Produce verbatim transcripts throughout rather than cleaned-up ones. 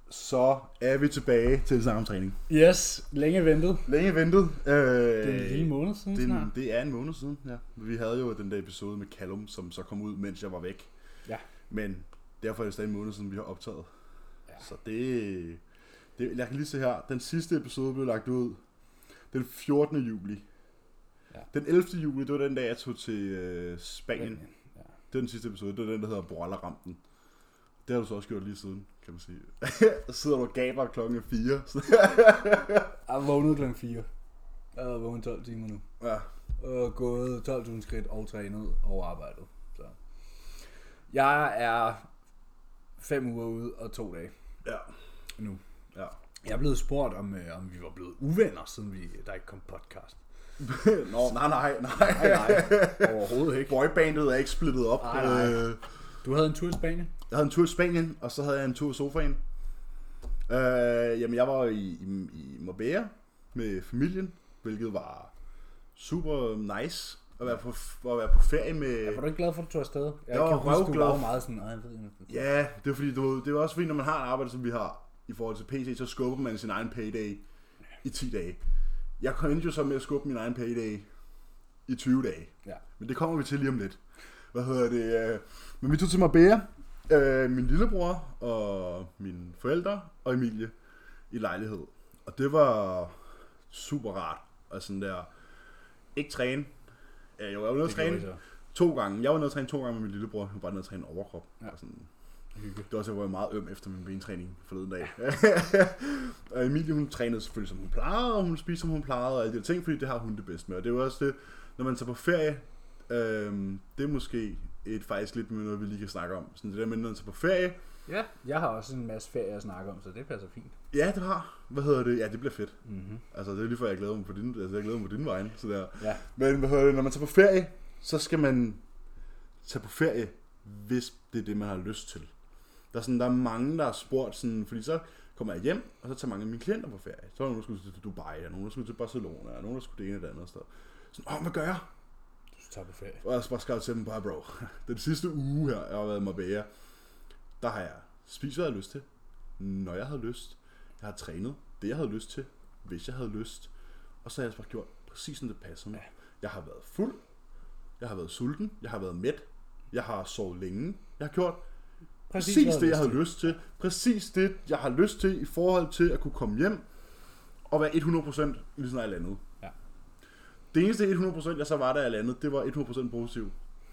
Så er vi tilbage til samme træning. Yes, længe ventet. Længe ventet. Øh, det er en lille måned siden det, snart. Det er en måned siden, ja. Vi havde jo den der episode med Callum, som så kom ud, mens jeg var væk. Ja. Men derfor er det stadig en måned siden, vi har optaget. Ja. Så det, det... Jeg kan lige se her. Den sidste episode blev lagt ud den fjortende juli. Ja. Den ellevte juli, det var den dag, jeg tog til øh, Spanien. Ja. Det var den sidste episode. Det var den, der hedder Borrella-rampen. Det har du så også gjort lige siden, kan man sige. Så sidder du og gaber klokken fire. Jeg har vågnet klokken fire. Jeg har vågnet tolv timer nu. Ja. Og gået tolv tusind skridt og trænet og arbejdet. Så. Jeg er fem uger ude og to dage. Ja. Nu. Ja. Jeg er blevet spurgt, om, øh, om vi var blevet uvenner, siden vi, der ikke kom podcast. Nå, nej, nej, nej. Nej, nej. Overhovedet ikke. Boybandet er ikke splittet op. Nej, nej. Du havde en tur i Spanien? Jeg havde en tur i Spanien, og så havde jeg en tur i sofaen. Øh, jamen, jeg var i, i, i Marbella med familien, hvilket var super nice at være på, at være på ferie med... Ja, var du ikke glad for, at du tog afsted? Jeg, jeg var kan huske, du glad. var meget sådan... Jeg ved ikke, ja, det er fordi, du, det er også fordi, når man har et arbejde, som vi har i forhold til P C, så skubber man sin egen payday i ti dage. Jeg kom jo så med at skubbe min egen payday i tyve dage. Ja. Men det kommer vi til lige om lidt. Hvad hedder det? Men vi tog til Marbella. Øh, min lillebror og mine forældre og Emilie i lejlighed. Og det var super rart. Og sådan der, ikke træne. Ja, jeg var nede at træne to gange. Jeg var nede at træne to gange med min lillebror. Jeg var bare nede at træne overkrop. Ja. Og sådan. Det var også, jeg var meget øm efter min bentræning forleden dag. Og Emilie, hun trænede selvfølgelig som hun plejede, og hun spiste som hun plejede, og alle de ting, fordi det har hun det bedst med. Og det var også det, når man tager på ferie, øhm, det er måske et faktisk lidt med noget, vi lige kan snakke om. Sådan det der med, når man tager på ferie. Ja, jeg har også en masse ferie at snakke om, så det passer fint. Ja, det har. Hvad hedder det? Ja, det bliver fedt. Mm-hmm. Altså, det er lige før, jeg glæder mig på din, altså, jeg glæder mig på din vejen. Så der. Ja. Men hvad hedder det? Når man tager på ferie, så skal man tage på ferie, hvis det er det, man har lyst til. Der er, sådan, der er mange, der har spurgt, sådan, fordi så kommer jeg hjem, og så tager mange af mine klienter på ferie. Så er der nogen, der skulle til Dubai, og nogen, der skulle til Barcelona, og nogen, der skulle det ene eller andet sted. Sådan, åh, hvad gør jeg? Du tager på ferie. Og jeg har bare skrevet til dem, bare bro, den sidste uge her, jeg har været i Marbella, der har jeg spist, hvad jeg havde lyst til, når jeg havde lyst. Jeg har trænet det, jeg havde lyst til, hvis jeg havde lyst. Og så har jeg bare gjort præcis, som det passer mig. Jeg har været fuld, jeg har været sulten, jeg har været mæt, jeg har sovet længe, jeg har gjort Præcis, præcis det, jeg havde lyst til. Præcis det, jeg har lyst til i forhold til at kunne komme hjem og være hundrede procent lige sådan, jeg landede. Ja. Det eneste hundrede procent, jeg så var, da jeg landede, det var hundrede procent positiv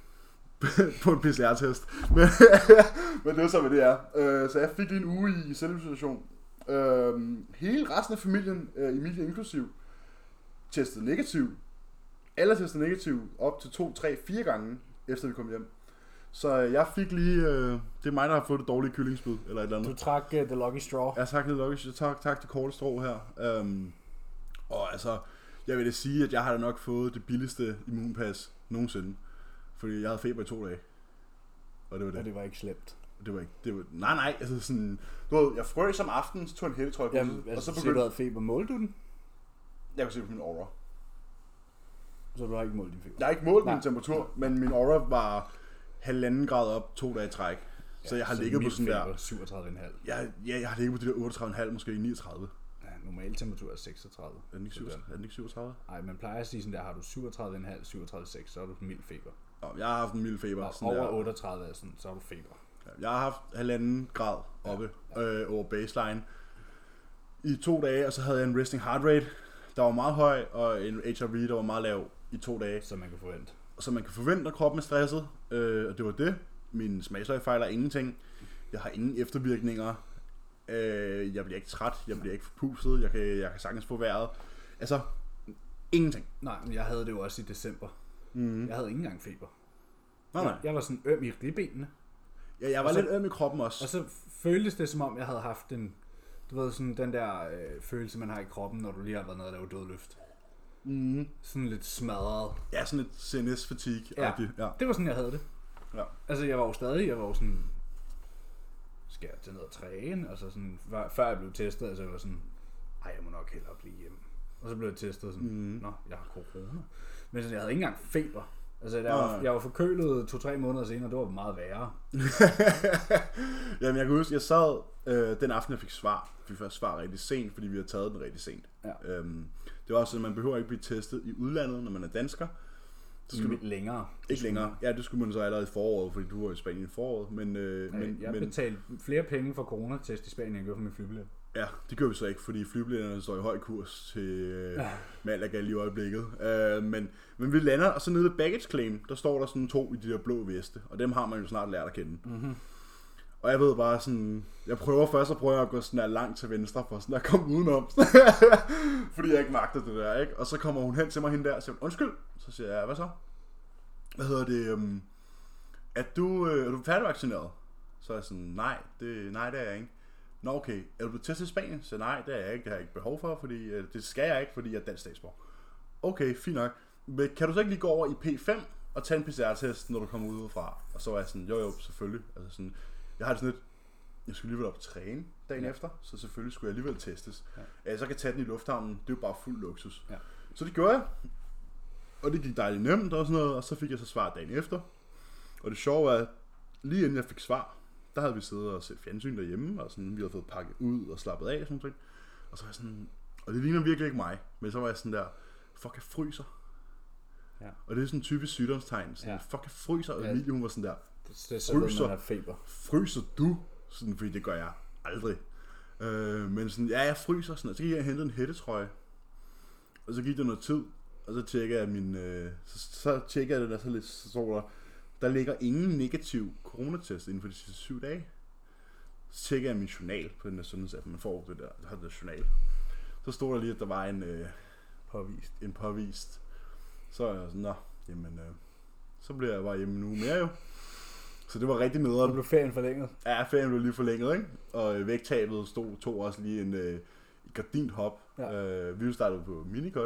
på en P C R-test. Men, men det var så, hvad det er. Så jeg fik lige en uge i selvisolation. Hele resten af familien, Emilie inklusiv, testede negativ. Alle testede negativ op til to, tre, fire gange, efter vi kom hjem. Så jeg fik lige, øh, det er mig, der har fået det dårlige kyllingsbid, eller et eller andet. Du trak uh, the lucky straw. Jeg trak det lucky, jeg trak, trak det korte strå her. Um, og altså, jeg vil da sige, at jeg har da nok fået det billigste immunpas nogensinde. Fordi jeg havde feber i to dage. Og det var det. Og det var ikke slemt. Det var ikke, det var, nej nej, altså sådan, du ved, jeg frøs om aftenen, så tog en hættetrøje på. Jamen, altså, og så begyndte du havde feber, målte du den? Jeg kunne se på min aura. Så du har ikke målt din feber? Jeg har ikke målt min temperatur, men min aura var halvanden grad op, to dage i træk. Ja, så jeg har så ligget på sådan der syvogtredive komma fem. Ja, ja, jeg har ligget på de der otteogtredive komma fem, måske niogtredive. Ja, normal temperatur er seksogtredive. Er den ikke syvogtredive? Er den ikke syvogtredive? Nej, man plejer at sige sådan der, har du syvogtredive komma fem, syvogtredive komma seks, så har du mild feber. Oh, jeg har haft en mild feber. Og over der. otteogtredive er sådan, så har du feber. Ja, jeg har haft halvanden grad oppe ja, ja. Øh, over baseline i to dage, og så havde jeg en resting heart rate, der var meget høj, og en H R V, der var meget lav i to dage. Så man kan forvente. Så man kan forvente, at kroppen er stresset, øh, og det var det. Min smagsløg fejler ingenting. Jeg har ingen eftervirkninger. Øh, jeg bliver ikke træt, jeg bliver ikke forpustet, jeg kan, jeg kan sagtens få vejret. Altså, ingenting. Nej, men jeg havde det jo også i december. Mm. Jeg havde ikke engang feber. Nej, nej. Jeg var sådan øm i ribbenene. Ja, jeg var og lidt så, øm i kroppen også. Og så føltes det, som om jeg havde haft en, du ved, sådan den der øh, følelse, man har i kroppen, når du lige har været nede og lavet dødløft. Mm. Sådan lidt smadret. Ja, sådan lidt C N S-fatigue. Ja, ja, det var sådan, jeg havde det. Ja. Altså, jeg var jo stadig, jeg var jo sådan, skal jeg tage ned og træne? Altså sådan, før jeg blev testet, altså jeg var sådan, ej, jeg må nok hellere blive hjemme. Og så blev jeg testet sådan, mm. nå, jeg har corona. Men sådan, jeg havde ikke engang feber. Altså, jeg var, jeg var forkølet to-tre måneder senere, og det var meget værre. Jamen, jeg kan huske, jeg sad øh, den aften, jeg fik svar. Vi fik først svar rigtig sent, fordi vi havde taget den rigtig sent. Ja. Øhm, det var også sådan, at man behøver ikke blive testet i udlandet, når man er dansker. Så skal du længere. Ikke længere. Ja, det skulle man så allerede i foråret, fordi du var i Spanien i foråret. Men, øh, ja, men, jeg men, betalte flere penge for coronatest i Spanien, end jeg gjorde for min flybillet. Ja, det gør vi så ikke, fordi flybilletterne står i høj kurs til øh, ja. Malaga lige i øjeblikket. Øh, men, men vi lander, og så nede ved baggage claim, der står der sådan to i de der blå veste, og dem har man jo snart lært at kende. Mm-hmm. Og jeg ved bare sådan, jeg prøver først at prøve at gå sådan der langt til venstre, for sådan at komme udenom. Fordi jeg ikke magter det der, ikke? Og så kommer hun hen til mig hende der, og siger, undskyld. Så siger jeg, hvad så? Hvad hedder det? Um, er du, øh, er du færdigvaccineret? Så er jeg sådan, nej, det, nej, det er jeg ikke. Nå okay, er du blevet testet i Spanien? Så nej, det er jeg ikke, det har jeg ikke behov for, fordi øh, det skal jeg ikke, fordi jeg er dansk statsborger. Okay, fint nok. Men kan du så ikke lige gå over i P fem og tage en P C R-test, når du kommer udefra? Og så var jeg sådan, jo jo, selvfølgelig. Altså sådan, jeg har det sådan lidt, jeg skulle alligevel op og træne dagen ja. efter, så selvfølgelig skulle jeg alligevel testes. Ja. Ja, så kan jeg tage den i lufthavnen, det er jo bare fuld luksus. Ja. Så det gjorde jeg, og det gik dejligt nemt og sådan noget, og så fik jeg så svar dagen efter. Og det sjove er, lige inden jeg fik svar, der havde vi siddet og set fjernsyn derhjemme, og sådan, vi havde fået pakket ud og slappet af og sådan noget. Og så var jeg sådan, og det ligner virkelig ikke mig, men så var jeg sådan der, fuck, jeg fryser. Ja. Og det er sådan en typisk sygdomstegn, sådan, ja. fuck, jeg fryser, og Emilie, hun var sådan der, det, det er sådan, fryser, man har feber. Fryser du? Sådan, fordi det gør jeg aldrig. Øh, men sådan, ja, jeg fryser, sådan, og så gik jeg og hentede en hættetrøje, og så gik der noget tid, og så tjekkede jeg min, øh, så, så tjekkede jeg det der, så lidt, så stod der, der ligger ingen negativ coronatest inden for de sidste syv dage. Så tjekker jeg min journal på den der sundhedsapp, man får det der, der har det der journal. Så stod der lige, at der var en øh, påvist. En påvist. Så er jeg sådan, nå, jamen, øh, så bliver jeg bare hjemme en uge mere jo. Så det var rigtig nederen. Så blev ferien forlænget? Ja, ferien blev lige forlænget, ikke? Og øh, vægttabet stod, tog også lige en øh, gardint hop. Ja. Øh, vi startede på minikot,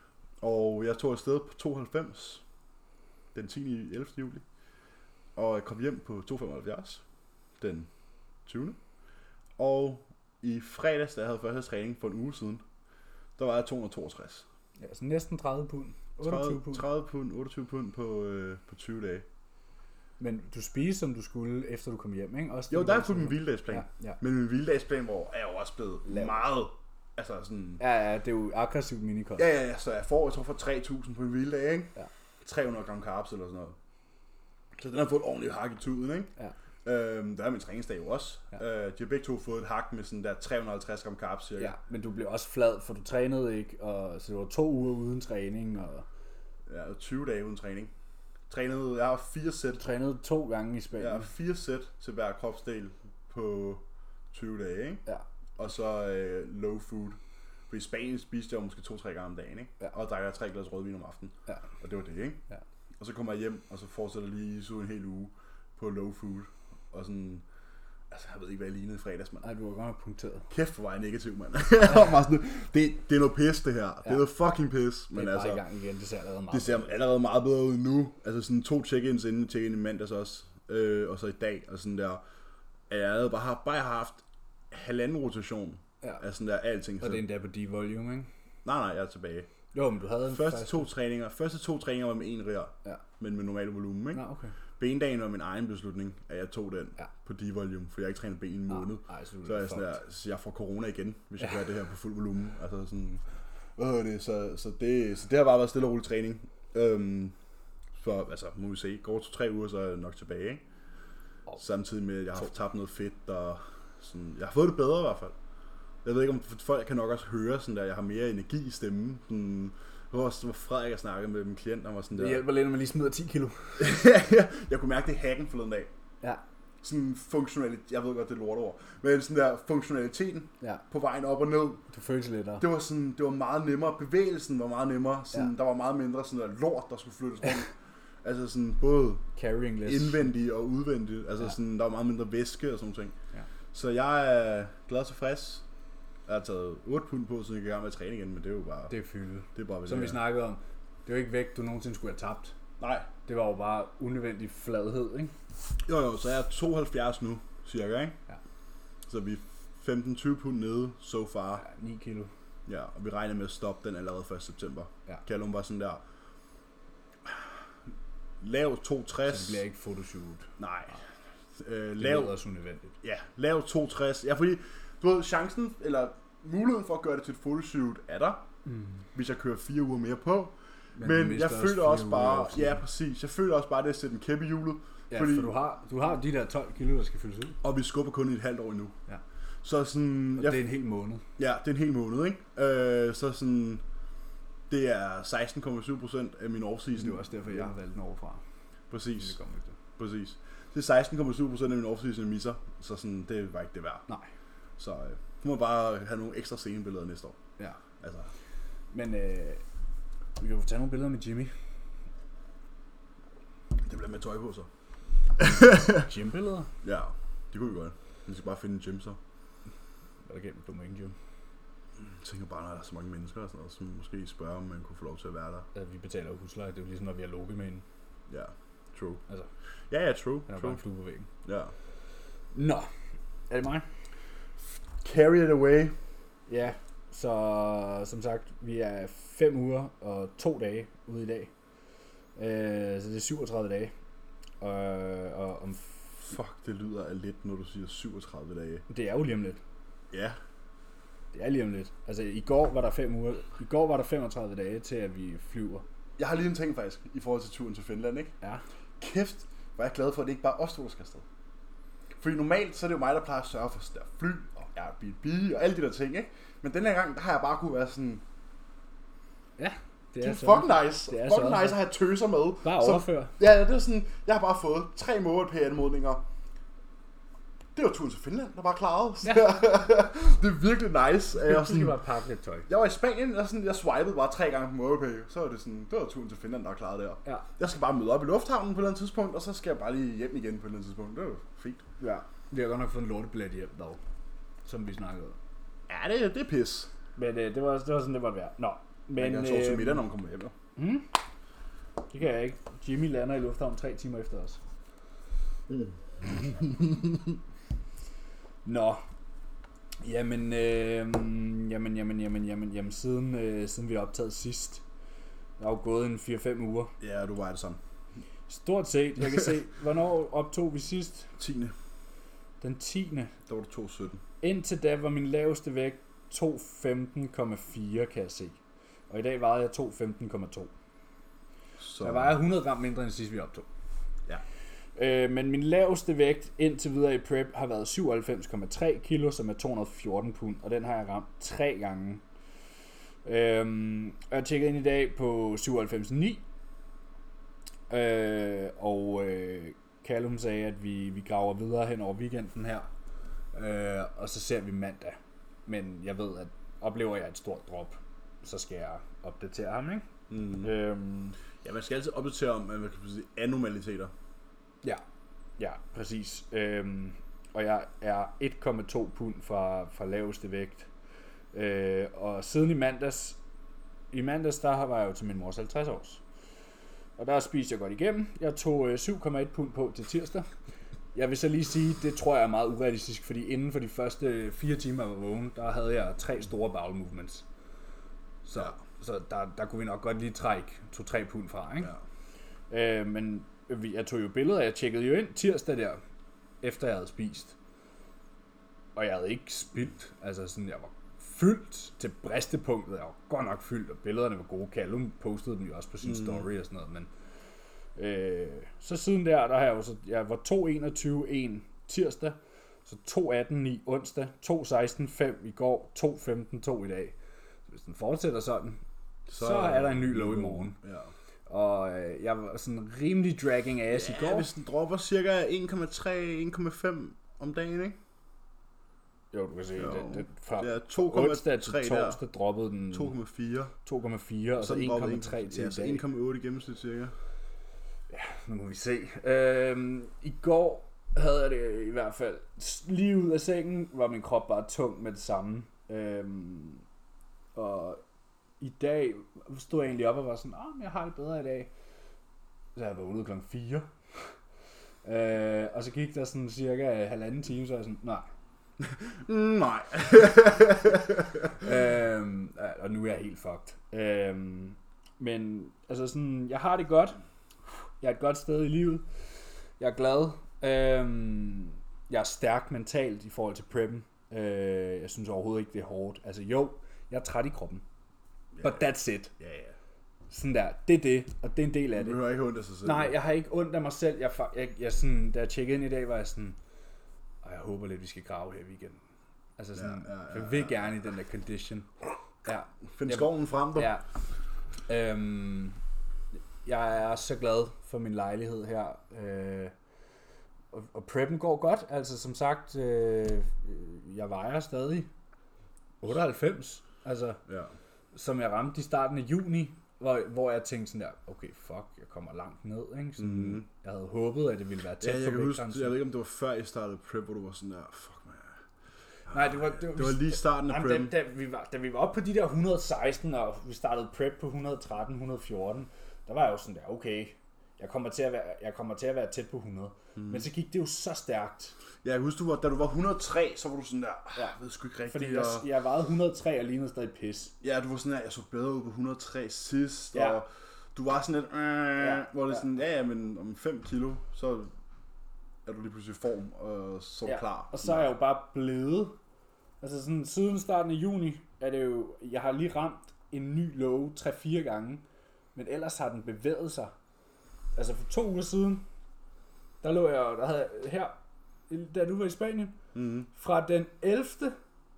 og jeg tog afsted på tooghalvfems den tiende ellevte juli. Og jeg kom hjem på to komma femoghalvfjerds den tyvende Og i fredags, da jeg havde første træning for en uge siden, der var jeg to hundrede og toogtres. Ja, så næsten tredive pund. otteogtyve pund. tredive pund, otteogtyve pund på, øh, på tyve dage. Men du spiste, som du skulle, efter du kom hjem, ikke? Også jo, der er fuldt min hviledagsplan. Ja, ja. Men min hviledagsplan, hvor er jo også blevet Lav. meget... Altså sådan... Ja, ja, det er jo aggressivt minikost. Ja, ja, ja, så jeg får, jeg tror, for tre tusind på en hviledag, ikke? Ja. tre hundrede gram carbs eller sådan noget. Så den har fået et ordentligt hak i tuden, ikke? Ja. Øhm, der er min træningsdag jo også. Ja. Øh, de har begge to fået et hak med sådan der tre hundrede og halvtreds gram carbs cirka. Ja, men du blev også flad, for du trænede ikke, og så det var to uger uden træning. Og... Ja, tyve dage uden træning. Trænede, jeg har fire sæt. Trænede to gange i Spanien. Jeg har fire sæt til hver kropsdel på tyve dage, ikke? Ja. Og så øh, low food. For i Spanien spiste jeg måske to-tre gange om dagen, ikke? Ja. Og drikker tre glas rødvin om aftenen. Ja. Og det var det, ikke? Ja. Og så kommer jeg hjem, og så fortsætter lige så en hel uge på low food. Og sådan, altså jeg ved ikke, hvad jeg lignede i fredags, mand. Nej, du var godt nok punkteret. Kæft, hvor var jeg negativ, mand. det, det er noget pis, det her. Ja. Det er noget fucking pis. Men det er altså, bare i gang igen, det ser allerede meget Det ser allerede meget bedre ud nu. Altså sådan to check-ins inden check-in i mandags også. Øh, og så i dag, og sådan der. Jeg havde bare, har, bare haft halvanden rotation. Ja. Af sådan der alting. Og det er endda på D-volume, ikke? Nej, nej, jeg er tilbage. Jo, men du havde en første to træninger. Første to træninger var med en riger, ja. Men med normal volumen, ikke? Nå, okay. Bendagen var min egen beslutning, at jeg tog den ja. På D-volume, for jeg har ikke trænet ben i en måned. Ej, så, så er jeg sådan der, så jeg får corona igen, hvis jeg ja. gør det her på fuld volumen. Altså sådan, hvad hedder det? Så, så det, så det har bare været stille og rolig træning. Øhm, for altså, må vi se, går to tre uger, så er jeg nok tilbage, ikke? Oh. Samtidig med, at jeg har tabt noget fedt, og sådan, jeg har fået det bedre i hvert fald. Jeg ved ikke, om folk kan nok også høre sådan der, jeg har mere energi i stemmen. Sådan, det var også Frederik, jeg snakkede med min klient, og var sådan der. Det hjælper lidt, når man lige smider ti kilo. Jeg kunne mærke det i hacken forleden dag. Ja. Sådan funktionalitet, jeg ved godt, det er lortord, men sådan der funktionaliteten ja. På vejen op og ned. Du følte lidt der. Det var sådan, det var meget nemmere, bevægelsen var meget nemmere, sådan, ja. Der var meget mindre sådan der lort, der skulle flyttes rundt. Altså sådan både carrying less. Indvendigt og udvendigt, altså ja. Sådan, der var meget mindre væske og sådan ting. Ja. Så jeg er glad og tilfreds. Jeg har taget otte pund på, så jeg kan i gang med at træne igen, men det er jo bare... Det er fylde. Det er bare, som vi snakkede om, det er jo ikke vægt, du nogensinde skulle have tabt. Nej. Det var jo bare unødvendig fladhed, ikke? Jo jo, så jeg er tooghalvfjerds nu, cirka, ikke? Ja. Så vi er femten til tyve pund nede, so far. Ja, ni kilo. Ja, og vi regner med at stoppe den allerede første september. Ja. Callum var sådan der... lav to tres. Så det bliver ikke photoshoot. Nej. Øh, Det lav, lyder også unødvendigt. ja, lav to tres. Ja, fordi, du ved, chancen, eller muligheden for at gøre det til et photoshoot er der, mm. hvis jeg kører fire uger mere på. Men, Men jeg føler også, også bare, ja præcis, jeg føler også bare, det er at sætte en kæppe i hjulet. Ja, fordi, for du har, du har de der tolv kilo, der skal fyldes ud. Og vi skubber kun i et halvt år endnu. Ja. Så sådan, og jeg, det er en hel måned. Ja, det er en hel måned, ikke? Øh, så sådan, det er seksten komma syv procent af min off-season. Det er også derfor, jeg har valgt den overfra. Præcis. Det Præcis. Det er seksten komma syv procent af min off-season, jeg misser. Så sådan, det var ikke det værd. Nej. Så øh, du må bare have nogle ekstra scenebilleder næste år. Ja. Altså. Men øh, vi kan jo tage nogle billeder med Jimmy. Det bliver med tøj på så. Gym-billeder? Ja, det kunne vi godt. Vi skal bare finde en gym så. Hvad er der gennem Domain Gym? Jeg tænker bare, når der er så mange mennesker og sådan noget, som måske spørger, om man kunne få lov til at være der. Ja, vi betaler jo husleje, det er jo ligesom, når vi har loge med hende. Ja, true. Altså, ja, ja, true. han er true. bare en flue på væggen. Ja. Nå, er det mig? Carry it away. Ja, så som sagt, vi er fem uger og to dage ude i dag. Øh, så det er syvogtredive dage. Og, og om Fuck, det lyder af lidt, når du siger syvogtredive dage. det er jo lige om lidt. Ja. Det er lige om lidt. Altså i går var der fem uger. I går var der femogtredive dage til at vi flyver. Jeg har lige en ting faktisk, i forhold til turen til Finland, ikke? Ja. Kæft, hvor er jeg glad for, at det ikke bare er os to, der skal afsted. Fordi normalt, så er det jo mig, der plejer at sørge for der fly og Airbnb og alle de der ting, ikke? Men den her gang, der har jeg bare kunne være sådan... Ja, det er, det er fucking nice. Det er fucking nice at have tøser med. Bare overfør. Ja, det er sådan, jeg har bare fået tre måneder på anmodninger. Det var turen til Finland, der bare klarede. Ja. Det er virkelig nice. Jeg sådan, bare pakke lidt tøj. Jeg var i Spanien, og sådan, jeg swipede bare tre gange på MobilePay. Så var det sådan, det var turen til Finland, der klarede der. Ja. Jeg skal bare møde op i lufthavnen på et eller andet tidspunkt, og så skal jeg bare lige hjem igen på et eller andet tidspunkt. Det var fint. Ja. Vi har godt nok fået en lortebillet hjem dog, som vi snakkede om. Ja, det, det er pis. Men øh, det, var, det var sådan, det var værd. Nå. Men, man kan sove til middag, når man kommer hjem. Ja. Hmm? Det kan jeg ikke. Jimmy lander i lufthavnen tre timer efter os. Mm. Nå. Jamen, øh, jamen, jamen, jamen, jamen, jamen, siden, øh, siden vi har optaget sidst, der er jo gået en fire fem uger. Ja, du var det sådan. Stort set. Jeg kan se, hvornår optog vi sidst? tiende Den tiende Der var det to sytten Indtil da var min laveste vægt to femten komma fire, kan jeg se. Og i dag vejede jeg to femten komma to. Så jeg vejer hundrede gram mindre end sidst vi optog. Ja. Øh, men min laveste vægt indtil videre i prep har været syvoghalvfems komma tre kilo, som er to hundrede og fjorten pund, og den har jeg ramt tre gange. Øhm, og jeg tjekkede ind i dag på syvoghalvfems komma ni. Øh, og øh, Callum sagde, at vi, vi graver videre hen over weekenden her. Øh, og så ser vi mandag. Men jeg ved, at oplever jeg et stort drop, så skal jeg opdatere ham, ikke? Mm. Øhm, ja, man skal altid opdatere om, hvad kan man sige, anormaliteter. Ja, ja, præcis. Øhm, og jeg er et komma to pund fra, fra laveste vægt. Øh, og siden i mandags, i mandags der var jeg jo til min mors halvtreds års. Og der spiste jeg godt igennem. Jeg tog øh, syv komma et pund på til tirsdag. Jeg vil så lige sige, det tror jeg er meget urealistisk, fordi inden for de første fire timer jeg var vågen, der havde jeg tre store bowel movements. Så, ja. så der, der kunne vi nok godt lige trække to-tre pund fra, ikke? Ja. Øh, men jeg tog jo billeder, jeg tjekkede jo ind tirsdag der, efter jeg havde spist. Og jeg havde ikke spildt, altså sådan, jeg var fyldt til bristepunktet, jeg var godt nok fyldt, og billederne var gode. Callum postede dem jo også på sin mm. story og sådan noget, men øh, så siden der, der har jeg jo så, jeg var to enogtyve en tirsdag, så to atten ni onsdag, to seksten fem i går, to femten to i dag. Så hvis den fortsætter sådan, så, så er der en ny low i morgen. Ja. Og øh, jeg var sådan rimelig dragging ass ja, i går. Hvis den dropper cirka en komma tre til en komma fem om dagen, ikke? Jo, du kan se, den, den fra ja, to komma tre onsdag til torsdag droppede den to komma fire to komma fire og så en komma tre til ja, så en komma otte i gennemsnit cirka. Ja, nu må vi se. Øhm, I går havde jeg det i hvert fald lige ud af sengen, var min krop bare tung med det samme. Øhm, og i dag stod jeg egentlig op og var sådan, åh, oh, jeg har det bedre i dag. Så jeg var ude klokken fire. øh, og så gik der sådan cirka halvanden time, så jeg sådan, nej. nej. øhm, og nu er jeg helt fucked. Øhm, men altså sådan, jeg har det godt. Jeg er et godt sted i livet. Jeg er glad. Øhm, jeg er stærk mentalt i forhold til preppen. Øh, jeg synes overhovedet ikke, det er hårdt. Altså jo, jeg er træt i kroppen. But that's it. Ja, ja. Sådan der. Det er det, og det er en del af det. Du har ikke ondt af sig selv. Nej, jeg har ikke ondt af mig selv. Jeg, jeg, jeg sådan, da jeg tjekkede ind i dag, var jeg sådan, og jeg håber lidt, vi skal grave her i weekenden. Altså sådan, ja, ja, ja, jeg vil ja, gerne i den der condition. Ja. Find skoven frem, du. Ja. Øhm, jeg er så glad for min lejlighed her. Øh, og, og preppen går godt. Altså som sagt, øh, jeg vejer stadig otteoghalvfems. Altså, ja. Som jeg ramte i starten af juni. Hvor, hvor jeg tænkte sådan der, okay, fuck, jeg kommer langt ned, ikke? Sådan, mm. Jeg havde håbet, at det ville være tæt ja, jeg på kan huske, jeg ved ikke, om det var før I startede prep, hvor du var sådan der, fuck man. Nej, det var, det var, det var lige starten af prep. Da, da, vi var, da vi var oppe på de der et hundrede og seksten, og vi startede prep på et hundrede og tretten, et hundrede og fjorten, der var jeg jo sådan der, okay, jeg kommer til at være, jeg kommer til at være tæt på hundrede. Mm. Men så gik det jo så stærkt. Ja, jeg husker, du var, da du var et hundrede og tre, så var du sådan der, ja, jeg ved sgu ikke rigtigt. Fordi jeg, jeg vejede et hundrede og tre og lignede stadig pis. Ja, du var sådan der, jeg så bedre ud på et hundrede og tre sidst, ja. Og du var sådan lidt, øh, ja, hvor det ja. Sådan, ja, ja, men om fem kilo, så er du lige pludselig i form, og så ja. Klar. Og så er jeg jo bare blevet, altså sådan siden starten af juni, er det jo, jeg har lige ramt en ny low tre fire gange, men ellers har den bevæget sig. Altså for to uger siden, der lå jeg, der havde jeg, her, da du var i Spanien, mm-hmm. fra den ellevte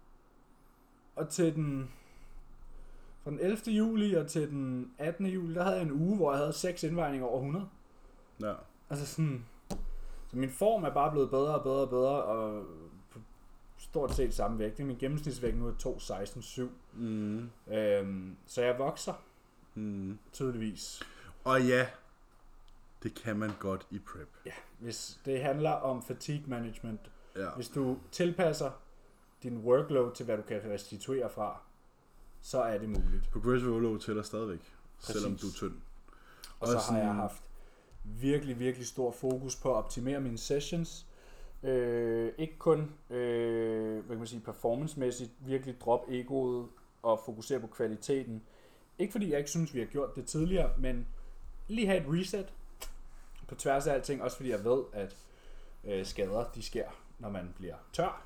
og til den, fra den ellevte juli og til den attende juli, der havde jeg en uge, hvor jeg havde seks indvejninger over hundrede. Ja. Altså sådan, så min form er bare blevet bedre og bedre og bedre, og på stort set samme vægt. Min gennemsnitsvægt nu er to seksten syv. Mm. Øhm, så jeg vokser, mm. tydeligvis. Og ja, det kan man godt i prep. Ja, hvis det handler om fatigue management, ja. Hvis du tilpasser din workload til, hvad du kan restituere fra, så er det muligt. Progressive overload tæller stadigvæk, præcis. Selvom du er tynd. Og, og så sådan... har jeg haft virkelig, virkelig stor fokus på at optimere mine sessions. Øh, ikke kun øh, hvad kan man sige, performancemæssigt, virkelig drop egoet og fokusere på kvaliteten. Ikke fordi jeg ikke synes, vi har gjort det tidligere, men lige have et reset på tværs af alting, også fordi jeg ved, at øh, skader, de sker, når man bliver tør.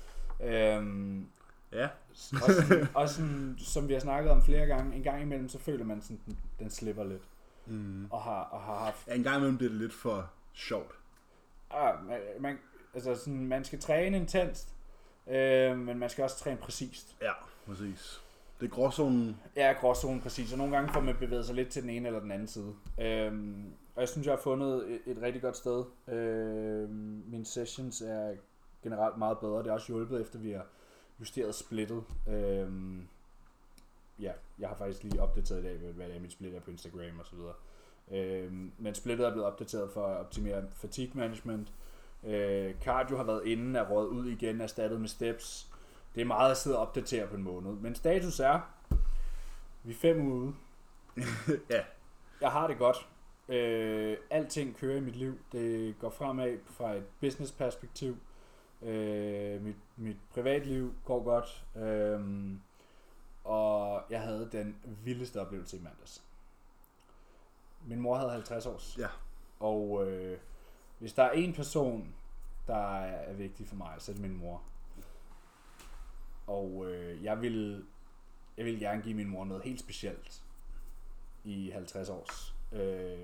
Øhm, ja. også, sådan, også sådan, som vi har snakket om flere gange, en gang imellem, så føler man sådan, den, den slipper lidt. Mm. Og, har, og har haft... Ja, en gang imellem bliver det lidt for sjovt. Ah, man, man, altså sådan, man skal træne intenst, øh, men man skal også træne præcist. Ja, præcis. Det er gråzonen. Ja, gråzonen, præcis. Og nogle gange får man bevæget sig lidt til den ene eller den anden side. Øhm, og jeg synes, jeg har fundet et, et rigtig godt sted. Øhm, mine sessions er generelt meget bedre. Det er også hjulpet, efter vi har justeret splittet. Øhm, ja, jeg har faktisk lige opdateret i dag, hvad det er, mit split er på Instagram og så videre. Øhm, men splittet er blevet opdateret for at optimere fatigue management. Øh, cardio har været inden, er røget ud igen, erstattet med steps. Det er meget at sidde og opdatere på en måned. Men status er, vi er fem uger ude. Ja. Jeg har det godt. Øh, alting kører i mit liv. Det går fremad fra et business perspektiv. Øh, mit, mit privatliv går godt. Øh, og jeg havde den vildeste oplevelse i mandags. Min mor havde halvtreds års. Ja. Og øh, hvis der er en person, der er vigtig for mig, så er det min mor. Og øh, jeg vil jeg vil gerne give min mor noget helt specielt i halvtreds års. Øh,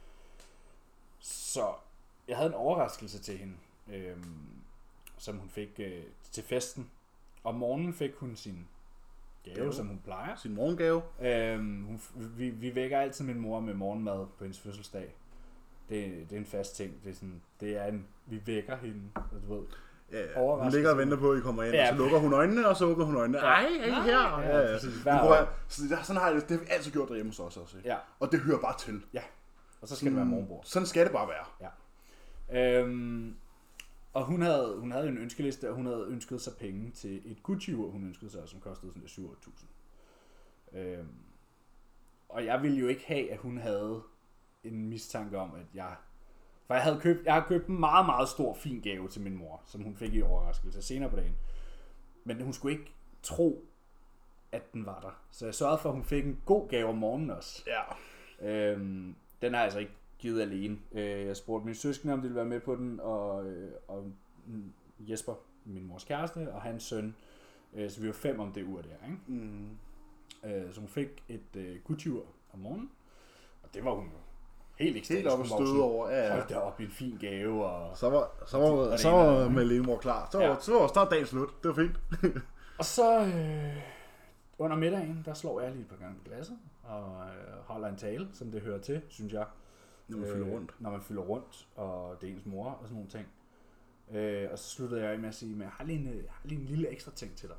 så jeg havde en overraskelse til hende, øh, som hun fik øh, til festen. Om morgenen fik hun sin gave, gave. som hun plejer. Sin morgengave. Øh, hun, vi, vi vækker altid min mor med morgenmad på hendes fødselsdag. Det, det er en fast ting. Det er sådan, det er en, vi vækker hende, du ved. Ja, ja. Hun ligger og venter på, at I kommer ind, ja. Og så lukker hun øjnene, og så åbner hun øjnene. Ej, er I her? Ja, ja, ja. Præcis, så det, sådan har jeg det, det har vi altid gjort derhjemme hos os også. Ikke? Ja. Og det hører bare til. Ja, og så skal mm, det være morgenbord. Sådan skal det bare være. Ja. Øhm, og hun havde, hun havde en ønskeliste, og hun havde ønsket sig penge til et Gucci-ur, hun ønskede sig, som kostede sådan syv otte tusind. Øhm, og jeg ville jo ikke have, at hun havde en mistanke om, at jeg... For jeg havde købt, jeg havde købt en meget, meget stor, fin gave til min mor, som hun fik i overraskelse senere på dagen. Men hun skulle ikke tro, at den var der. Så jeg sørgede for, at hun fik en god gave om morgenen også. Ja. Øhm, den er altså ikke givet alene. Øh, jeg spurgte min søskende, om de ville være med på den, og, øh, og Jesper, min mors kæreste, og hans søn. Øh, så vi var fem om det ur der, ikke? Mm. Øh, så hun fik et øh, Gucci-ur om morgenen, og det var hun jo helt ekstremt. Helt op og støde over, ja, ja. Hold da op i en fin gave. Og så var, så var, så var Malene mor klar. Så var, ja. så var snart dagen slut. Det var fint. Og så øh, under middagen, der slår jeg lige et par gange på glasset, og øh, holder en tale, som det hører til, synes jeg. Når man øh, fylder rundt. Når man fylder rundt, og det er ens mor og sådan nogle ting. Øh, og så sluttede jeg af med at sige, at jeg har lige en, jeg har lige en lille ekstra ting til dig.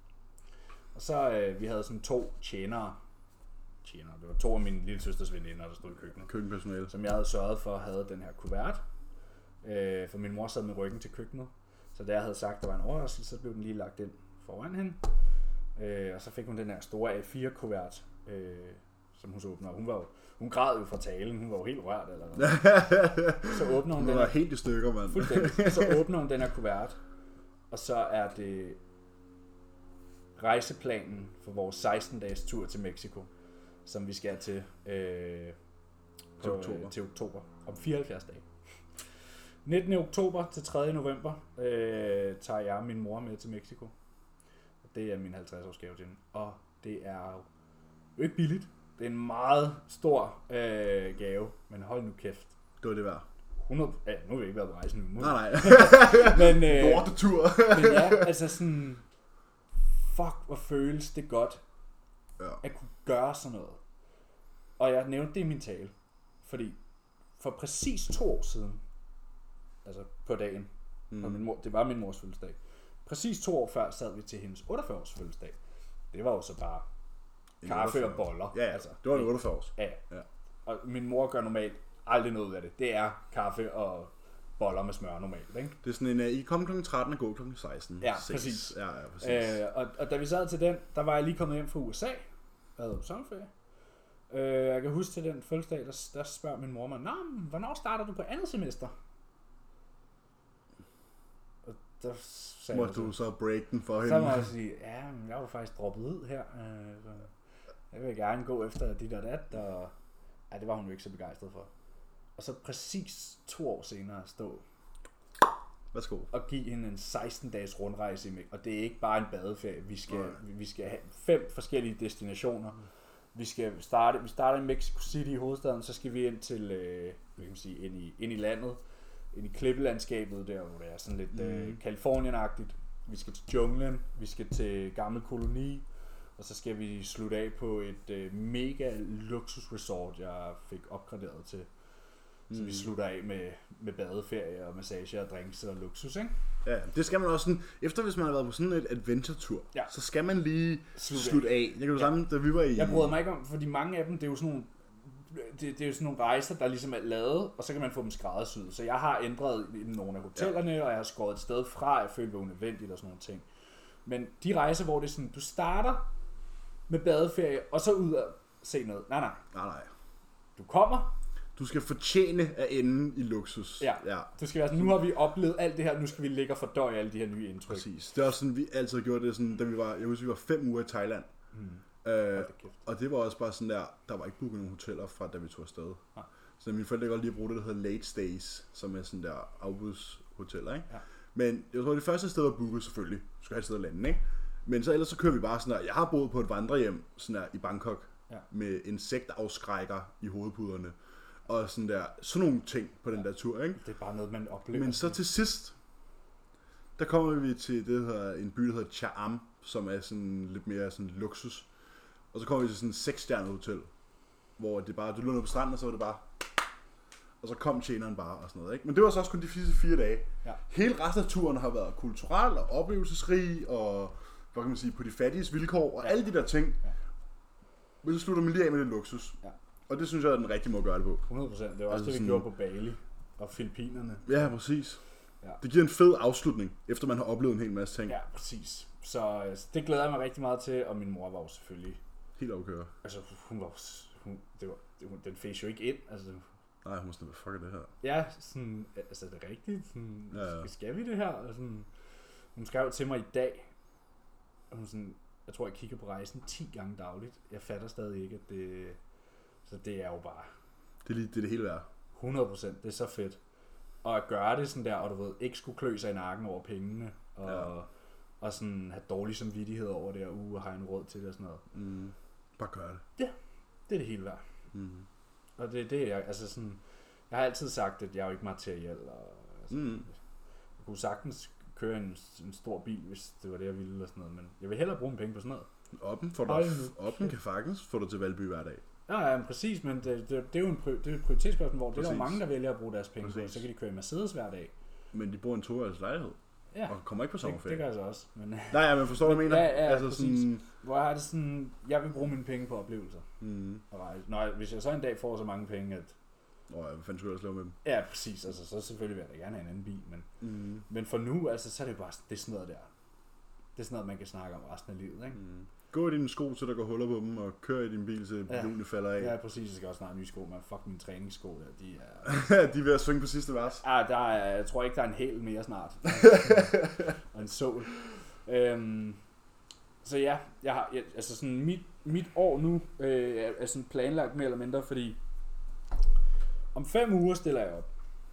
Og så, øh, vi havde sådan to tjenere, tjenere, det var to af mine lille søsters veninder, der stod i køkkenet. Køkkenpersonale. Som jeg havde sørget for, havde den her kuvert. Øh, for min mor sad med ryggen til køkkenet. Så da jeg havde sagt, at der var en overraskelse, så blev den lige lagt ind foran hende. Øh, og så fik hun den her store A fire kuvert, øh, som hun så åbner. Hun var jo, hun græd jo fra talen, hun var jo helt rørt eller noget. Så åbner hun hun den var her, helt i stykker, mand. Så åbner hun den her kuvert, og så er det rejseplanen for vores seksten dages tur til Mexico, som vi skal til, øh, på, til, oktober. til oktober, om fireoghalvfjerds dage. nittende oktober til tredje november øh, tager jeg og min mor med til Mexico. Det er min halvtreds års gave til hende. Og det er jo ikke billigt. Det er en meget stor øh, gave, men hold nu kæft. Det var det værd. hundrede Ja, nu har vi ikke været på rejsen nu. Nej, nej. men, øh, Lortetur. men ja, altså sådan, fuck, hvor føles det godt, ja. at kunne gøre sådan noget. Og jeg nævnte det i min tale, fordi for præcis to år siden, altså på dagen, mm. min mor, det var min mors fødselsdag, præcis to år før sad vi til hendes otteogfyrre års fødselsdag. Det var jo så bare kaffe og boller. Ja, altså. Det var det otteogfyrre års. Ja. ja. Og min mor gør normalt aldrig noget ud af det. Det er kaffe og boller med smør normalt, ikke? Det er sådan en, uh, I kom klokken tretten og gå klokken seksten. Ja, præcis. Ja, ja, præcis. Øh, og, og da vi sad til den, der var jeg lige kommet hjem fra U S A. Jeg havde på sommerferie. Øh, jeg kan huske til den fødselsdag, der, der spørger min mor mig, Nå, hvornår starter du på andet semester? Og der sagde må jeg du så break den for hende? Så må jeg sige, ja, jeg var faktisk droppet ud her. Øh, så jeg vil gerne gå efter dit og dat, og ja, det var hun jo ikke så begejstret for. Og så præcis to år senere stå Værsgo. og give hende en seksten dages rundrejse i Mexico. Og det er ikke bare en badeferie. Vi skal, vi, vi skal have fem forskellige destinationer. Vi skal starte, vi starter i Mexico City i hovedstaden, så skal vi ind til, øh, hvad kan man sige, ind i, ind i landet, ind i klippelandskabet der, hvor det er sådan lidt mm. øh, Kalifornien-agtigt. Vi skal til junglen, vi skal til gammel koloni, og så skal vi slutte af på et øh, mega luksusresort, jeg fik opgraderet til. Mm. Så vi slutter af med, med badeferie og massage og drinks og luksus, ikke? Ja, det skal man også sådan, efter hvis man har været på sådan et adventure-tur, ja. så skal man lige slutte, slutte af. af. Jeg kan jo ja. sammen, da vi var i... Jeg bryder mig ikke om, fordi mange af dem, det er jo sådan nogle, det, det er jo sådan nogle rejser, der ligesom er lavet, og så kan man få dem skræddersyet. Så jeg har ændret nogle af hotellerne, ja. og jeg har skåret et sted fra, jeg følte, det var unødvendigt og sådan nogle ting. Men de rejser, hvor det er sådan, du starter med badeferie, og så ud og se noget. Nej, nej. Nej, nej. Du kommer... Du skal fortjene at ende i luksus. Ja, ja. Du skal være sådan, nu har vi oplevet alt det her, nu skal vi ligge og fordøje alle de her nye indtryk. Præcis. Det er også sådan, vi altid har gjort det sådan, da vi var, jeg husker, vi var fem uger i Thailand. Mm. Øh, og det var også bare sådan der, der var ikke booket nogen hoteller fra, da vi tog afsted. Ja. Så mine forældre kan godt lige bruge det, der hedder late stays, som er sådan der afbudshoteller, ikke? Ja. Men jeg tror, det første sted var booket selvfølgelig. Du skal have et sted at lande, ikke? Men så ellers så kører vi bare sådan der, jeg har boet på et vandrehjem sådan der i Bangkok, ja. med insektafskrækker i hovedpuderne. Og sådan der, sådan nogle ting på den ja. der tur, ikke? Det er bare noget, man oplever. Men så til sidst, der kommer vi til det her, en by, der hedder Cha-am, som er sådan lidt mere sådan luksus. Og så kommer vi til sådan et seksstjernet hotel, hvor det bare, du lå ned på stranden, og så var det bare, og så kom tjeneren bare og sådan noget, ikke? Men det var så også kun de sidste fire dage. Ja. Hele resten af turen har været kulturel og oplevelsesrig, og hvad kan man sige, på de fattiges vilkår, og ja. alle de der ting. Ja. Men så slutter man lige af med det luksus. Ja. Og det synes jeg er den rigtige måde at gøre det på. hundrede procent. Det var også altså det, vi sådan... gjorde på Bali og Filippinerne. Ja, præcis. Ja. Det giver en fed afslutning, efter man har oplevet en hel masse ting. Ja, præcis. Så, så det glæder jeg mig rigtig meget til, og min mor var jo selvfølgelig... Helt afkører. Altså, hun var... Hun, det var hun, den fæs jo ikke ind. Altså, nej, hun var sådan, hvad fuck er det her? Ja, sådan... Altså, det er rigtigt. Sådan, ja, ja. Skal vi det her? Og sådan, hun skrev til mig i dag, og hun sådan... Jeg tror, jeg kigger på rejsen ti gange dagligt. Jeg fatter stadig ikke, at det... Så det er jo bare... Det er, lige, det, er det hele værd. hundrede procent, det er så fedt. Og at gøre det sådan der, og du ved, ikke skulle klø sig i nakken over pengene, og, ja. og sådan have dårlig samvittighed over det, og uh, har en råd til det og sådan noget. Mm. Bare gør det. Ja, det er det hele værd. Mm. Og det er det, jeg, altså sådan, jeg har altid sagt, at jeg er jo ikke materiel, og altså, Mm. jeg kunne sagtens køre en, en stor bil, hvis det var det, jeg ville, eller sådan noget, men jeg vil hellere bruge mine penge på sådan noget. Oppen, får dig, oppen kan faktisk få dig til Valby hver dag. Ja, ja, præcis, men det, det, det er jo en, det er et prioritetsspørgsmål, hvor præcis. Det er der mange, der vælger at bruge deres penge præcis. På, så kan de køre i Mercedes hver dag. Men de bor i en toværelses lejlighed, ja. Og kommer ikke på sommerferie. Det, det gør jeg så også. Men, nej, ja, men forstår du, hvad jeg mener? Ja, ja, altså præcis. Sådan... Hvor jeg har det sådan, jeg vil bruge mine penge på oplevelser. Mm. Og rejse. Nå, hvis jeg så en dag får så mange penge, at... Åh, oh, hvad fanden skulle jeg også lave med dem? Ja, præcis. Altså, så selvfølgelig vil jeg da gerne have en anden bil, men, mm. men for nu, altså, så er det bare det er sådan noget der. Det er sådan noget, man kan snakke om resten af livet, ikke? Mm. Gå i dine sko, så der går huller på dem, og kør i din bil, så ja. hjulene falder af. Ja, præcis. Jeg skal også snart nye sko, men fuck mine træningssko der, de er... de er ved at synge på sidste vers. Ah, der er, jeg tror ikke, der er en hæl mere snart. Og en sol. Øhm, så ja, jeg har, jeg, altså sådan mit, mit år nu øh, er sådan planlagt mere eller mindre, fordi om fem uger stiller jeg op.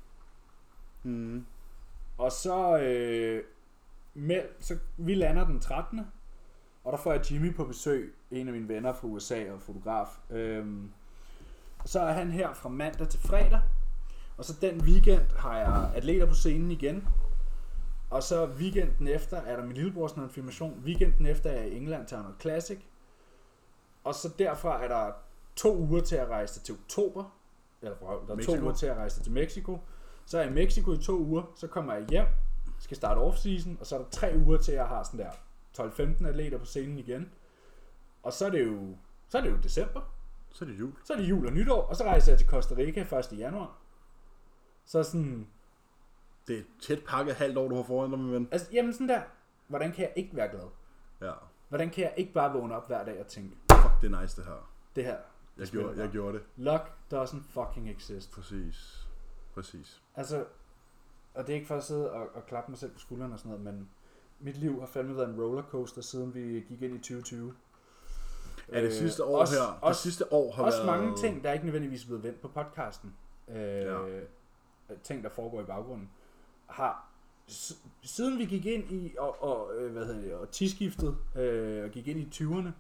Mm. Og så, øh, med, så vi lander den trettende Og der får jeg Jimmy på besøg, en af mine venner fra U S A og fotograf. Øhm, og så er han her fra mandag til fredag. Og så den weekend har jeg atleter på scenen igen. Og så weekenden efter er der min lillebrors konfirmation. Weekenden efter er jeg i England til noget Classic. Og så derfra er der to uger til at rejse til oktober. Eller der er Mexico. to uger til at rejse til Mexico. Så er jeg i Mexico i to uger. Så kommer jeg hjem. Skal starte off-season. Og så er der tre uger til at jeg har sådan der tolv femten atleter på scenen igen. Og så er det jo, så er det jo december. Så er det jul. Så er det jul og nytår. Og så rejser jeg til Costa Rica første januar. Så sådan... Det er et tæt pakket halvt år, du har foran dig, min ven. Altså, jamen sådan der. Hvordan kan jeg ikke være glad? Ja. Hvordan kan jeg ikke bare vågne op hver dag og tænke... Fuck, det er nice det her. Det her. Jeg, gjorde, jeg gjorde det. Luck doesn't fucking exist. Præcis. Præcis. Altså... Og det er ikke for at sidde og, og klappe mig selv på skulderen og sådan noget, men... Mit liv har fandme været en rollercoaster, siden vi gik ind i tyve tyve. Ja, det sidste år også, her. Det også, sidste år har også været... Også mange ting, der er ikke nødvendigvis blevet vendt på podcasten. Øh, ja. Ting, der foregår i baggrunden. Har, siden vi gik ind i og, og, hvad hedder det, og tiskiftet, øh, og gik ind i tyverne,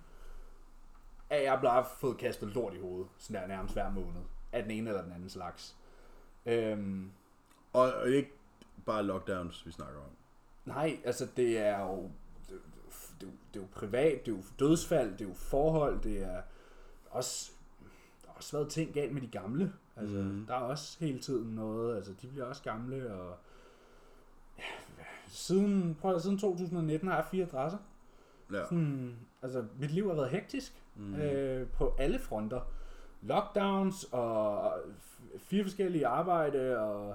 er jeg bare fået kastet lort i hovedet. Sådan der nærmest hver måned. Af den ene eller den anden slags. Øhm, og, og ikke bare lockdowns, vi snakker om. Nej, altså det er jo det, det, det, det er jo privat, det er jo dødsfald, det er jo forhold, det er også der har også været ting galt med de gamle. Altså mm. der er også hele tiden noget, altså de bliver også gamle og ja, siden prøv at, siden to tusind nitten har jeg fire adresser. Ja. Sådan, altså mit liv har været hektisk mm. øh, på alle fronter. Lockdowns og fire forskellige arbejde og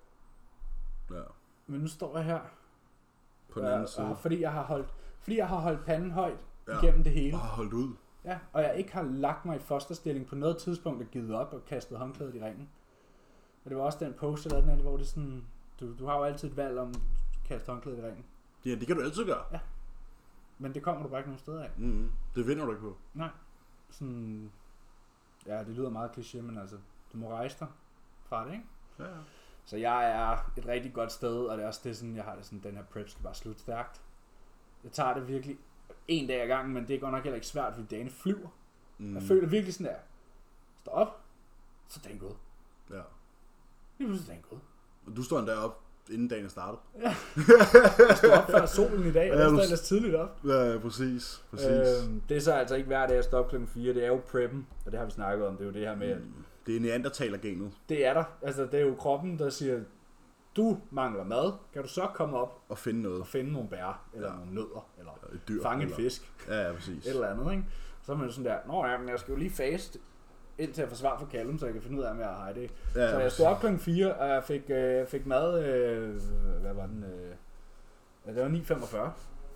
ja. Men nu står jeg her. På den anden side. Og, fordi jeg har holdt, fordi jeg har holdt panden højt ja. Igennem det hele. Og har holdt ud. Ja, og jeg ikke har lagt mig i fosterstilling på noget tidspunkt og givet op og kastet håndklædet i ringen. Og det var også den post, der den anden, hvor det sådan, du, du har jo altid et valg om at kaste håndklædet i ringen. Ja, det kan du altid gøre. Ja. Men det kommer du bare ikke nogen steder af. Mm-hmm. Det vinder du ikke på. Nej. Sådan, ja, det lyder meget kliché, men altså, du må rejse dig fra det, ikke? Ja, ja. Så jeg er et rigtig godt sted, og det er også det sådan, jeg har det sådan, den her prep skal bare slutte stærkt. Jeg tager det virkelig en dag ad gangen, men det er godt nok heller ikke svært, fordi dagene flyver. Mm. Jeg føler virkelig sådan der, stå op, så er dagen gået. Ja. Lige pludselig er dagen gået. Og du står endda op, inden dagen er startet. Ja. Jeg står op før solen i dag, og ja, der står ellers tidligt op. Ja, ja, præcis. præcis. Øhm, det er så altså ikke hver dag, jeg står op klokken fire, det er jo preppen, og det har vi snakket om, det er jo det her med, at det er neandertalergenet. Det er der. Altså, det er jo kroppen, der siger, du mangler mad, kan du så komme op og finde noget. Og finde nogle bær, eller ja. Nogle nødder, eller et dyr, fange eller... en fisk. Ja, ja, præcis. Et eller andet, ikke? Så er man sådan der, nå ja, men jeg skal jo lige fast indtil jeg får svar fra Callum, så jeg kan finde ud af, om jeg har det. Ja, så jeg stod op klokken fire, og jeg fik, øh, fik mad, øh, hvad var den? Øh, det var ni femogfyrre.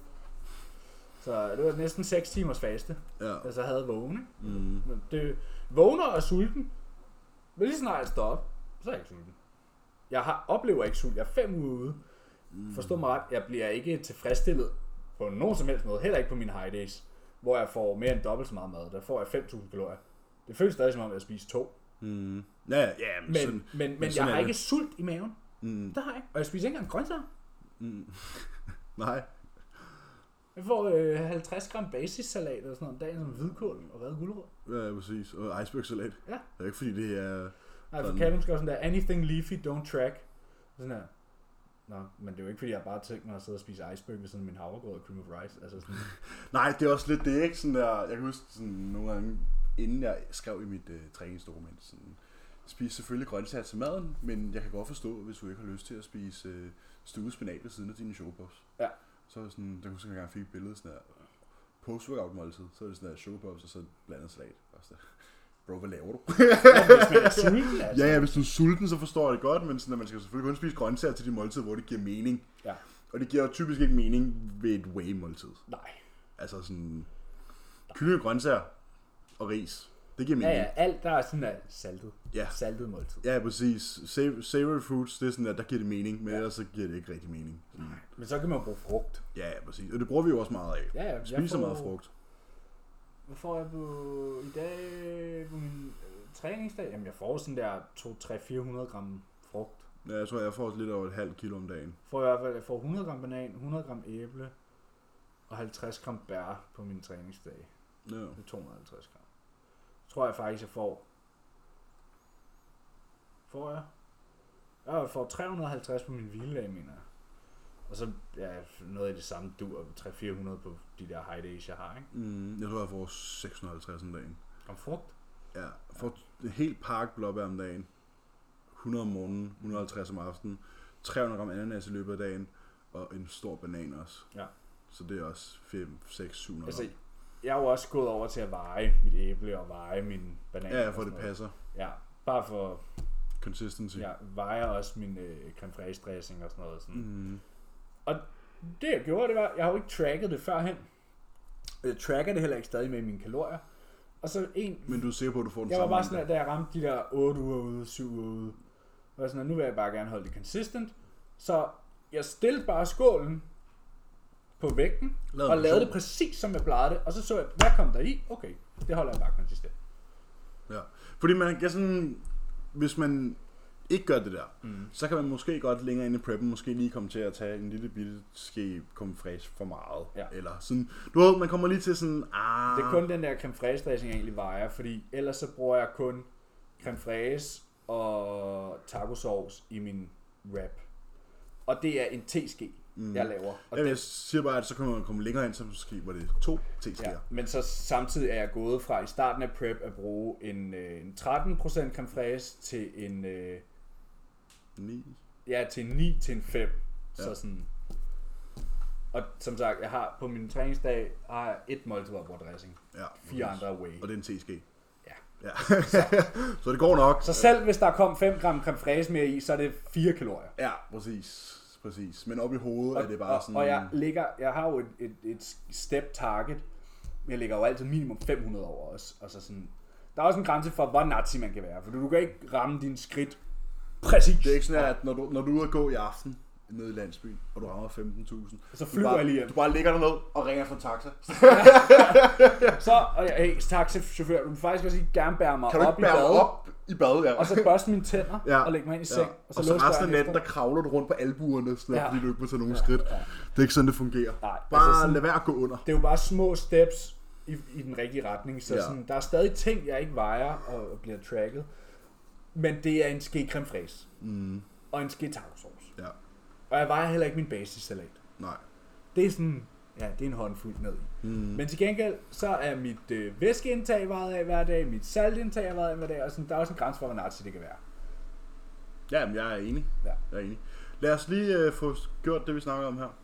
Så det var næsten seks timers faste, ja. Jeg så havde vågen, ikke? Mm. Det, vågner og sulten, men lige snart jeg står op, så er jeg ikke sulten. Jeg har, oplever ikke sult, jeg er fem uger ude. Mm. Forstå mig ret, jeg bliver ikke tilfredsstillet på nogen som helst måde, heller ikke på mine high days, hvor jeg får mere end dobbelt så meget mad. Der får jeg fem tusind kalorier. Det føles stadig som om, jeg spiser to. Mm. Ja, ja, men, sådan, men, men, men sådan jeg har er ikke det. sult i maven. Mm. Det har jeg ikke. Og jeg spiser ikke engang grøntsager. Mm. Nej. Jeg får øh, halvtreds gram basissalat og sådan noget om dagen, som hvidkål og revet gulerod. Ja, præcis. Og icebergsalat. Ja. Det er ikke fordi, det er... Nej, for Callum skal også sådan der, anything leafy, don't track. Sådan her. Nå, men det er jo ikke fordi, jeg bare tænkt mig at sidde og spise iceberg ved sådan min havregrød og cream of rice. Altså sådan. Nej, det er også lidt det, ikke? Sådan der, jeg kan huske sådan nogle gange, inden jeg skrev i mit uh, træningsdokument, sådan, spise selvfølgelig grøntsager til maden, men jeg kan godt forstå, hvis du ikke har lyst til at spise uh, stuet spinat ved siden af dine showpuffs. Ja. Så er det sådan, der husker jeg engang fik et billede sådan der, post-workout måltid, så er det sådan der showpuffs og så blandet salat. Også der. Bro, hvad laver du? Ja, hvis man er sulten, altså. Ja, ja, hvis du er sulten, så forstår jeg det godt, men sådan, at man skal selvfølgelig kun spise grøntsager til de måltider, hvor det giver mening. Ja. Og det giver jo typisk ikke mening ved et whey-måltid. Nej. Altså sådan, kylling og grøntsager og ris, det giver mening. Ja, ja, alt der er sådan der saltet. Ja. Saltet måltid. Ja, præcis. Sa- savory foods, det er sådan, at der giver det mening, men ja. Ellers så giver det ikke rigtig mening. Nej, men så kan man bruge frugt. Ja, ja, præcis. Og det bruger vi jo også meget af. Ja, ja. Spiser får, meget frugt. Hvad får jeg på i dag på min øh, træningsdag? Jamen, jeg får sådan der to, tre, til fire hundrede gram frugt. Ja, jeg tror, jeg får lidt over et halvt kilo om dagen. Får jeg i hvert fald, jeg får hundrede gram banan, hundrede gram æble og halvtreds gram bær på min træningsdag. Ja. Det er to hundrede og halvtreds gram. Så tror jeg faktisk, jeg får... Får jeg? Ja, jeg får tre hundrede og halvtreds på min hviledag, mener jeg. Og så ja, noget af det samme dur, tre til fire hundrede på de der high days, jeg har, ikke? Mm, jeg tror, jeg får seks hundrede og halvtreds om dagen. Om frugt? Ja, jeg får et helt park blåbær om dagen. hundrede om morgenen, et hundrede og halvtreds om aftenen. tre hundrede gram ananas i løbet af dagen. Og en stor banan også. Ja. Så det er også fem, seks, syv hundrede Altså, gram. jeg er jo også gået over til at veje mit æble og veje min banan. Ja, for det passer. Ja, bare for... Consistency. Jeg vejer også min øh, creme fraiche dressing og sådan noget. Sådan. Mm. Og det jeg gjorde, det var, jeg har jo ikke tracket det førhen. Jeg tracker det heller ikke stadig med mine kalorier. Og så en... Men du er sikker på, at du får den Jeg var samme bare sådan, at da jeg ramte de der otte uger ude, syv uger ude, var jeg sådan, at nu vil jeg bare gerne holde det consistent. Så jeg stillede bare skålen på vægten, Lavede og en lavede portion. det præcis som jeg plejede det, og så så jeg, hvad kom der i? Okay, det holder jeg bare konsistent. Ja. Fordi man kan sådan, hvis man ikke gør det der, Mm. så kan man måske godt længere ind i preppen, måske lige komme til at tage en lille bitte ske creme fraiche for meget. Ja. Eller sådan, du ved, man kommer lige til sådan, ah... Det er kun den der creme fraiche dressing, jeg egentlig vejer, fordi ellers så bruger jeg kun creme fraiche og taco sauce i min wrap. Og det er en teske, mm. jeg laver. Og Ja, jeg siger bare, at så kan man komme længere ind, så måske var det to teskeer. Ja, men så samtidig er jeg gået fra i starten af prep at bruge en, øh, en tretten procent creme fraiche til en øh, ni. ja, til en ni til en fem. Ja. Så sådan. Og som sagt, jeg har på min træningsdag har jeg et måltid af dressing. Ja, Fire andre er whey. og det er en teske. Ja. Ja. Så. så det går nok. Så selv hvis der kom fem gram creme fraiche mere i, så er det fire kalorier. Ja, præcis. Præcis. Men op i hovedet Og, er det bare og, sådan... og jeg ligger, jeg har jo et, et, et step target, men jeg ligger jo altid minimum fem hundrede over os. Og så sådan, der er også en grænse for, hvor nazi man kan være, for du kan ikke ramme dine skridt præcis. Det er ikke sådan, at når du, når du er ude at gå i aften nede i landsbyen, og du rammer femten tusind, Så flyver jeg lige hjem. Du bare ligger derned og ringer fra taxa. Så, og jeg, hey, taxichauffør, du må faktisk også lige gerne bære mig Kan du op ikke i bære mig bad, op i bad, ja. og så børste mine tænder Ja. og lægge mig ind i Ja. seng, Og så, låse resten af døren natten, efter. der kravler du rundt på albuerne, sådan ja. Ja. Fordi du ikke må tage nogen Ja. skridt. Ja. Det er ikke sådan, det fungerer. Nej, Bare altså sådan- lad være at gå under. Det er jo bare små steps i, i den rigtige retning, så Ja. sådan, der er stadig ting, jeg ikke vejer og, og bliver tracket. Men det er en ske creme fraiche Mm. og en ske taco sauce. Ja. Og jeg vejer heller ikke min basissalat. Nej. Det er sådan, ja, det er en håndfuld ned i. Mm. Men til gengæld, så er mit øh, væskeindtag vejet af hver dag, mit saltindtag er vejet af hver dag, og sådan, der er også en grænse for, hvor nazi det kan være. Ja, men jeg er enig. Ja. Jeg er enig. Lad os lige øh, få gjort det, vi snakker om her.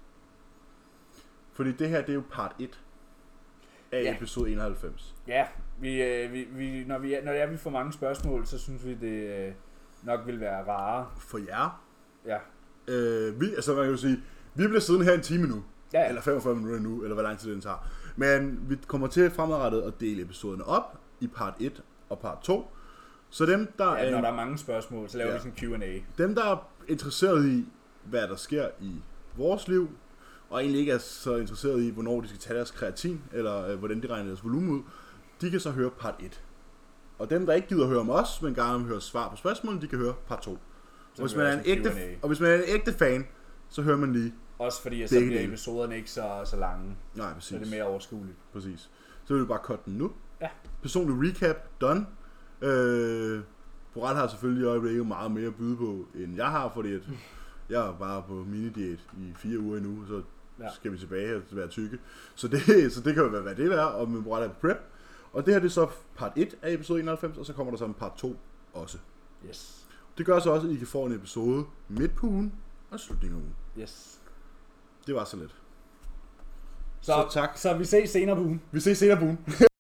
Fordi det her, det er jo part et af Ja. episode enoghalvfems. Ja, vi, øh, vi, vi, når, vi, når det er, vi får mange spørgsmål, så synes vi, det øh, nok vil være rare. For jer. Ja. Øh, vi, altså man kan jo sige, vi bliver siddende her en time nu. Ja, ja. Eller femogfyrre minutter nu, eller hvor lang tid den tager. Men vi kommer til fremadrettet at dele episoderne op i part et og part to. Så dem, der Ja, når er, der er mange spørgsmål, så laver Ja. vi sådan en Q and A. dem, der er interesseret i, hvad der sker i vores liv, og egentlig ikke er så interesseret i, hvornår de skal tage deres kreatin, eller øh, hvordan de regner deres volumen ud, de kan så høre part et. Og dem, der ikke gider høre om os, men gerne vil høre svar på spørgsmålene, de kan høre part to. Og hvis, man er en ægte, og hvis man er en ægte fan, så hører man lige. Også fordi, at så bliver episoderne ikke så, så lange. Nej, præcis. Så er det mere overskueligt. Præcis. Så vil vi bare cutte den nu. Ja. Personlig recap, done. Øh, Borat har selvfølgelig i øjeblikket meget mere at byde på, end jeg har, fordi at jeg er bare på mini-diæt i fire uger endnu, så ja. skal vi tilbage og være tykke. Så det, så det kan jo være, hvad det er, og med Borat er på prep. Og det her det er så part et af episode enoghalvfems, og så kommer der så en part to også. Yes. Det gør så også, at I kan få en episode midt på ugen og slutningen af ugen. Yes. Det var så let. Så, så tak. Så vi ses senere på ugen. Vi ses senere på ugen.